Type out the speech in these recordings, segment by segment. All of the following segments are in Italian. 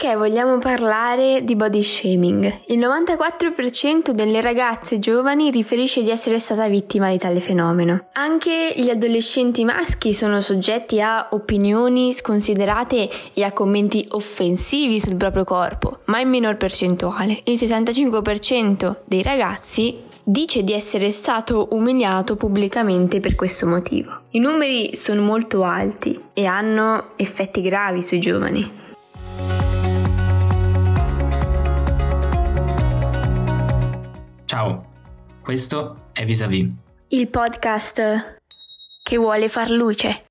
perché vogliamo parlare di body shaming. Il 94% delle ragazze giovani riferisce di essere stata vittima di tale fenomeno. Anche gli adolescenti maschi sono soggetti a opinioni sconsiderate e a commenti offensivi sul proprio corpo, ma in minor percentuale. Il 65% dei ragazzi dice di essere stato umiliato pubblicamente per questo motivo. I numeri sono molto alti e hanno effetti gravi sui giovani. Ciao, questo è Vis-a-Vis, il podcast che vuole far luce.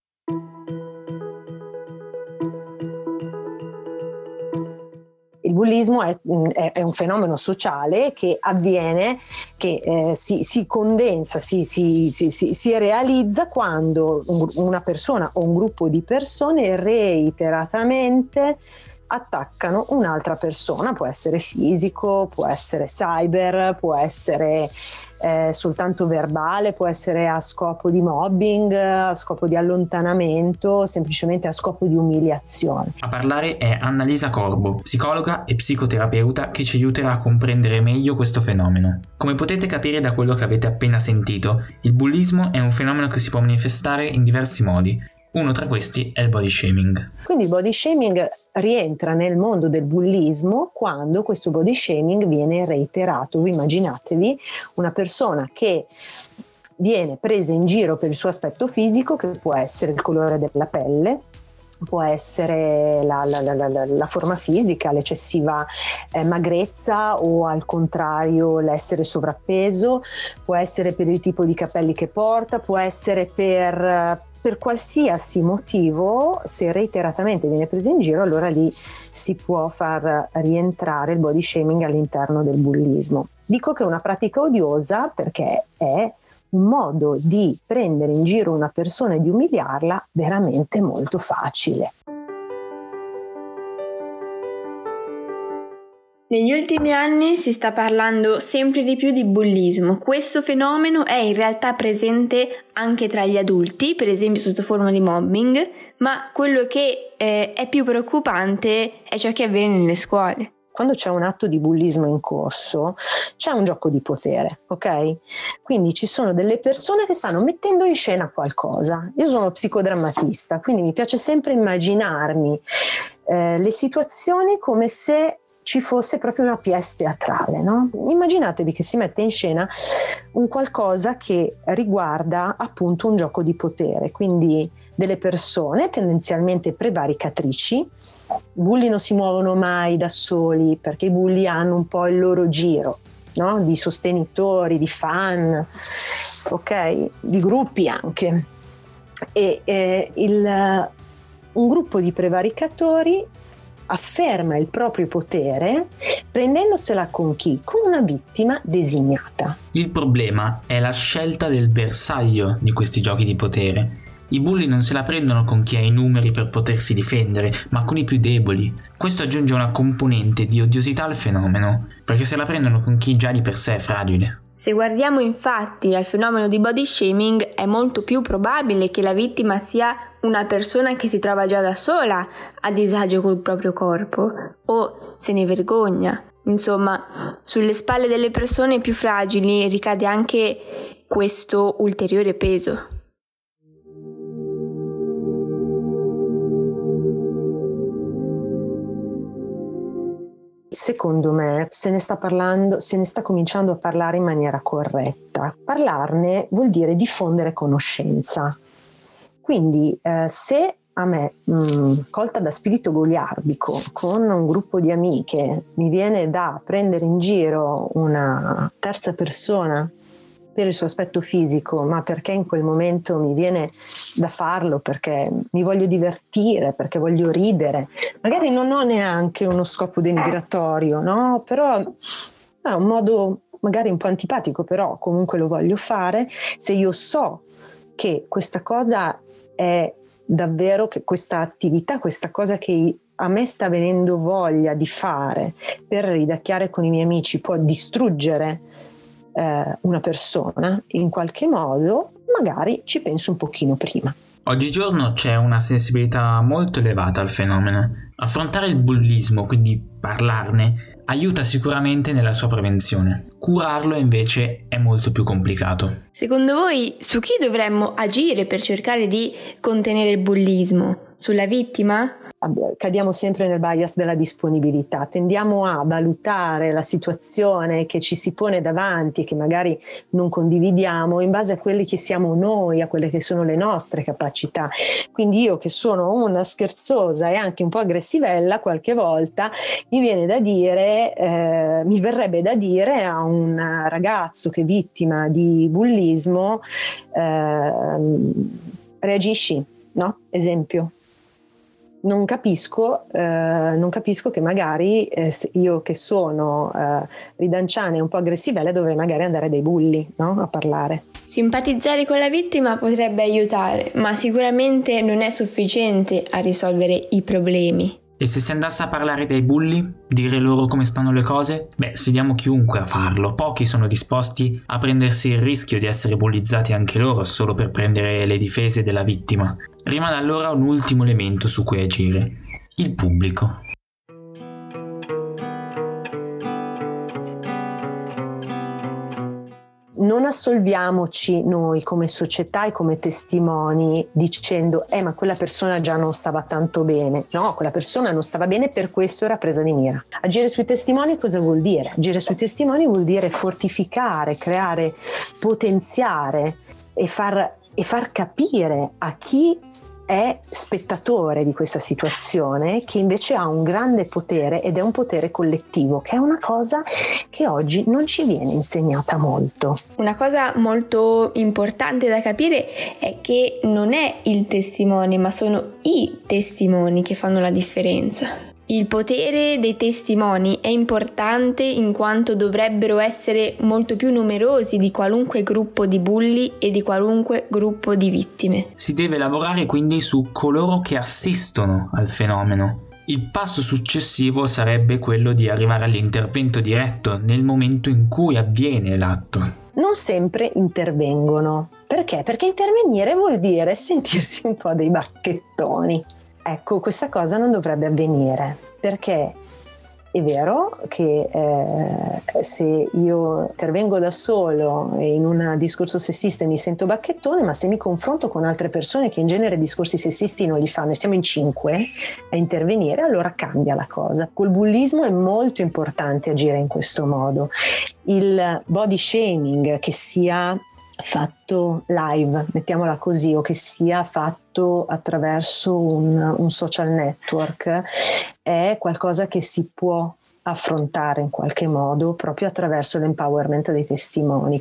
Il bullismo è un fenomeno sociale che avviene, che si condensa, si realizza quando una persona o un gruppo di persone reiteratamente attaccano un'altra persona. Può essere fisico, può essere cyber, può essere soltanto verbale, può essere a scopo di mobbing, a scopo di allontanamento, semplicemente a scopo di umiliazione. A parlare è Annalisa Corbo, psicologa e psicoterapeuta che ci aiuterà a comprendere meglio questo fenomeno. Come potete capire da quello che avete appena sentito, il bullismo è un fenomeno che si può manifestare in diversi modi. Uno tra questi è il body shaming. Quindi il body shaming rientra nel mondo del bullismo quando questo body shaming viene reiterato. Voi immaginatevi una persona che viene presa in giro per il suo aspetto fisico, che può essere il colore della pelle, può essere la forma fisica, l'eccessiva magrezza o al contrario l'essere sovrappeso, può essere per il tipo di capelli che porta, può essere per qualsiasi motivo. Se reiteratamente viene presa in giro, allora lì si può far rientrare il body shaming all'interno del bullismo. Dico che è una pratica odiosa perché è un modo di prendere in giro una persona e di umiliarla veramente molto facile. Negli ultimi anni si sta parlando sempre di più di bullismo. Questo fenomeno è in realtà presente anche tra gli adulti, per esempio sotto forma di mobbing, ma quello che è più preoccupante è ciò che avviene nelle scuole. Quando c'è un atto di bullismo in corso, c'è un gioco di potere, ok? Quindi ci sono delle persone che stanno mettendo in scena qualcosa. Io sono psicodrammatista, quindi mi piace sempre immaginarmi le situazioni come se ci fosse proprio una pièce teatrale, no? Immaginatevi che si mette in scena un qualcosa che riguarda appunto un gioco di potere, quindi delle persone tendenzialmente prevaricatrici. I bulli non si muovono mai da soli perché i bulli hanno un po' il loro giro, no? Di sostenitori, di fan, ok? Di gruppi anche. Un gruppo di prevaricatori afferma il proprio potere prendendosela con chi? Con una vittima designata. Il problema è la scelta del bersaglio di questi giochi di potere. I bulli non se la prendono con chi ha i numeri per potersi difendere, ma con i più deboli. Questo aggiunge una componente di odiosità al fenomeno, perché se la prendono con chi già di per sé è fragile. Se guardiamo infatti al fenomeno di body shaming, è molto più probabile che la vittima sia una persona che si trova già da sola a disagio col proprio corpo o se ne vergogna. Insomma, sulle spalle delle persone più fragili ricade anche questo ulteriore peso. Secondo me se ne sta cominciando a parlare in maniera corretta. Parlarne vuol dire diffondere conoscenza. Quindi se a me, colta da spirito goliardico, con un gruppo di amiche, mi viene da prendere in giro una terza persona per il suo aspetto fisico, ma perché in quel momento mi viene da farlo, perché mi voglio divertire, perché voglio ridere, magari non ho neanche uno scopo denigratorio, no? Però è un modo magari un po' antipatico, però comunque lo voglio fare. Se io so che questa cosa è davvero, che questa attività, questa cosa che a me sta venendo voglia di fare per ridacchiare con i miei amici può distruggere una persona in qualche modo, magari ci penso un pochino prima. Oggigiorno c'è una sensibilità molto elevata al fenomeno. Affrontare il bullismo, quindi parlarne, aiuta sicuramente nella sua prevenzione. Curarlo invece è molto più complicato. Secondo voi, su chi dovremmo agire per cercare di contenere il bullismo? Sulla vittima? Cadiamo sempre nel bias della disponibilità, tendiamo a valutare la situazione che ci si pone davanti, che magari non condividiamo, in base a quelli che siamo noi, a quelle che sono le nostre capacità. Quindi io, che sono una scherzosa e anche un po' aggressivella, qualche volta mi verrebbe da dire a un ragazzo che è vittima di bullismo, reagisci, no? Esempio. Non capisco che magari io, che sono ridanciana e un po' aggressivella, dovrei magari andare dai bulli, no? A parlare. Simpatizzare con la vittima potrebbe aiutare, ma sicuramente non è sufficiente a risolvere i problemi. E se si andasse a parlare dai bulli, dire loro come stanno le cose? Sfidiamo chiunque a farlo. Pochi sono disposti a prendersi il rischio di essere bullizzati anche loro solo per prendere le difese della vittima. Rimane allora un ultimo elemento su cui agire: il pubblico. Non assolviamoci noi come società e come testimoni dicendo ma quella persona già non stava tanto bene. No, quella persona non stava bene, per questo era presa di mira. Agire sui testimoni cosa vuol dire? Agire sui testimoni vuol dire fortificare, creare, potenziare e far capire a chi è spettatore di questa situazione che invece ha un grande potere, ed è un potere collettivo, che è una cosa che oggi non ci viene insegnata molto. Una cosa molto importante da capire è che non è il testimone, ma sono i testimoni che fanno la differenza. Il potere dei testimoni è importante in quanto dovrebbero essere molto più numerosi di qualunque gruppo di bulli e di qualunque gruppo di vittime. Si deve lavorare quindi su coloro che assistono al fenomeno. Il passo successivo sarebbe quello di arrivare all'intervento diretto nel momento in cui avviene l'atto. Non sempre intervengono. Perché? Perché intervenire vuol dire sentirsi un po' dei bacchettoni. Ecco, questa cosa non dovrebbe avvenire, perché è vero che se io intervengo da solo in un discorso sessista e mi sento bacchettone, ma se mi confronto con altre persone che in genere discorsi sessisti non li fanno e siamo in 5 a intervenire, allora cambia la cosa. Col bullismo è molto importante agire in questo modo. Il body shaming, che sia fatto live, mettiamola così, o che sia fatto attraverso un social network, è qualcosa che si può affrontare in qualche modo proprio attraverso l'empowerment dei testimoni.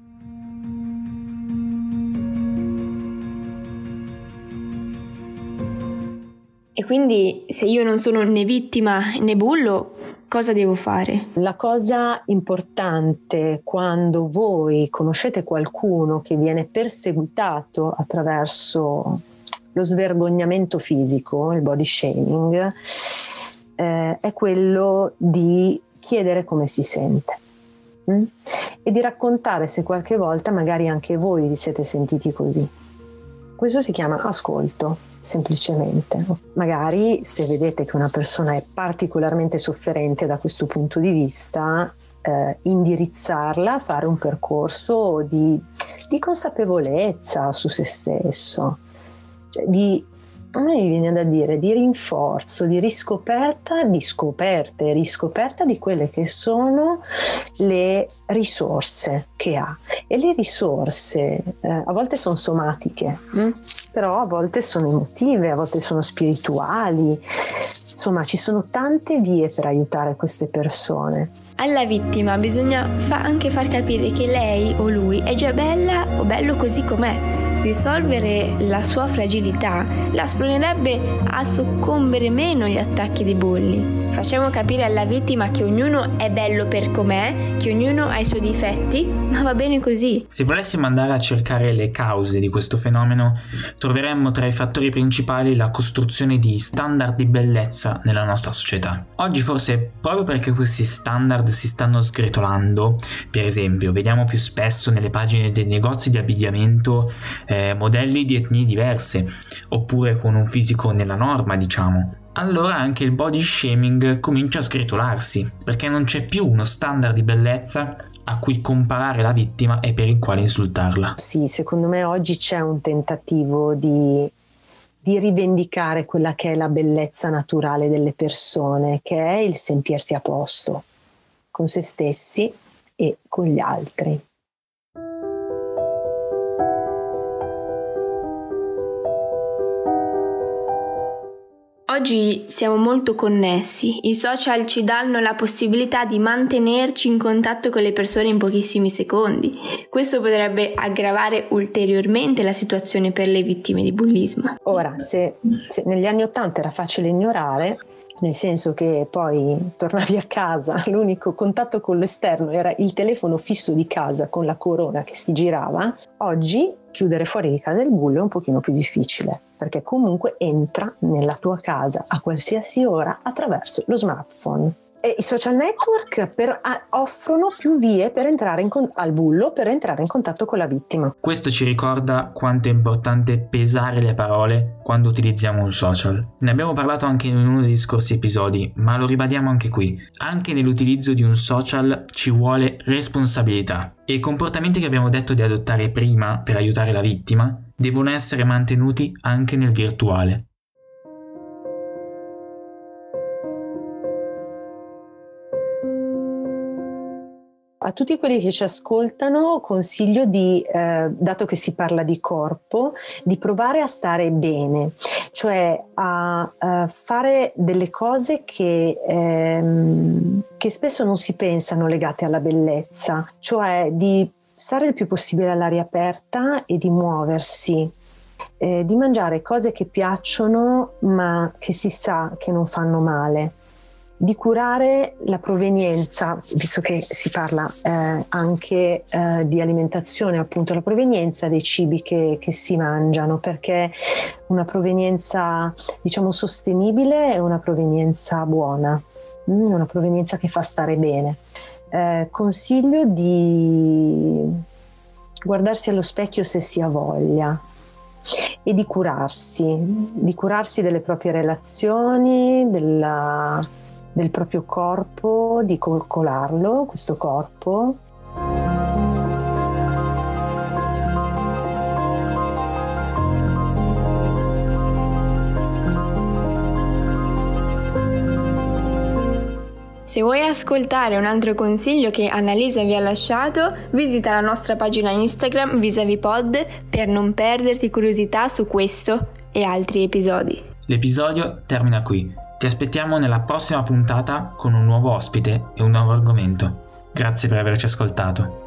E quindi, se io non sono né vittima né bullo, cosa devo fare? La cosa importante quando voi conoscete qualcuno che viene perseguitato attraverso lo svergognamento fisico, il body shaming, è quello di chiedere come si sente e di raccontare se qualche volta magari anche voi vi siete sentiti così. Questo si chiama ascolto, semplicemente. Magari se vedete che una persona è particolarmente sofferente da questo punto di vista, indirizzarla a fare un percorso di consapevolezza su se stesso, cioè a me mi viene da dire di rinforzo, di riscoperta, di scoperte, riscoperta di quelle che sono le risorse che ha. E le risorse a volte sono somatiche, però a volte sono emotive, a volte sono spirituali. Insomma, ci sono tante vie per aiutare queste persone. Alla vittima bisogna anche far capire che lei o lui è già bella o bello così com'è. Risolvere la sua fragilità la spronerebbe a soccombere meno agli attacchi dei bulli. Facciamo capire alla vittima che ognuno è bello per com'è, che ognuno ha i suoi difetti, ma va bene così. Se volessimo andare a cercare le cause di questo fenomeno, troveremmo tra i fattori principali la costruzione di standard di bellezza nella nostra società. Oggi forse proprio perché questi standard si stanno sgretolando, per esempio, vediamo più spesso nelle pagine dei negozi di abbigliamento modelli di etnie diverse, oppure con un fisico nella norma, diciamo. Allora anche il body shaming comincia a sgretolarsi, perché non c'è più uno standard di bellezza a cui comparare la vittima e per il quale insultarla. Sì, secondo me oggi c'è un tentativo di rivendicare quella che è la bellezza naturale delle persone, che è il sentirsi a posto con se stessi e con gli altri. Oggi siamo molto connessi, i social ci danno la possibilità di mantenerci in contatto con le persone in pochissimi secondi. Questo potrebbe aggravare ulteriormente la situazione per le vittime di bullismo. Ora, se negli anni '80 era facile ignorare, nel senso che poi tornavi a casa, l'unico contatto con l'esterno era il telefono fisso di casa con la corona che si girava, oggi chiudere fuori di casa il bullo è un pochino più difficile, perché comunque entra nella tua casa a qualsiasi ora attraverso lo smartphone. E i social network offrono più vie per entrare al bullo, per entrare in contatto con la vittima. Questo ci ricorda quanto è importante pesare le parole quando utilizziamo un social. Ne abbiamo parlato anche in uno degli scorsi episodi, ma lo ribadiamo anche qui. Anche nell'utilizzo di un social ci vuole responsabilità. E i comportamenti che abbiamo detto di adottare prima per aiutare la vittima devono essere mantenuti anche nel virtuale. A tutti quelli che ci ascoltano consiglio dato che si parla di corpo, di provare a stare bene, cioè a fare delle cose che spesso non si pensano legate alla bellezza, cioè di stare il più possibile all'aria aperta e di muoversi, di mangiare cose che piacciono ma che si sa che non fanno male, di curare la provenienza, visto che si parla anche di alimentazione, appunto la provenienza dei cibi che si mangiano, perché una provenienza diciamo sostenibile è una provenienza buona, una provenienza che fa stare bene. Consiglio di guardarsi allo specchio se si ha voglia e di curarsi delle proprie relazioni, del proprio corpo, di coccolarlo, questo corpo. Se vuoi ascoltare un altro consiglio che Annalisa vi ha lasciato, visita la nostra pagina Instagram VisaviPod per non perderti curiosità su questo e altri episodi. L'episodio termina qui. Ti aspettiamo nella prossima puntata con un nuovo ospite e un nuovo argomento. Grazie per averci ascoltato.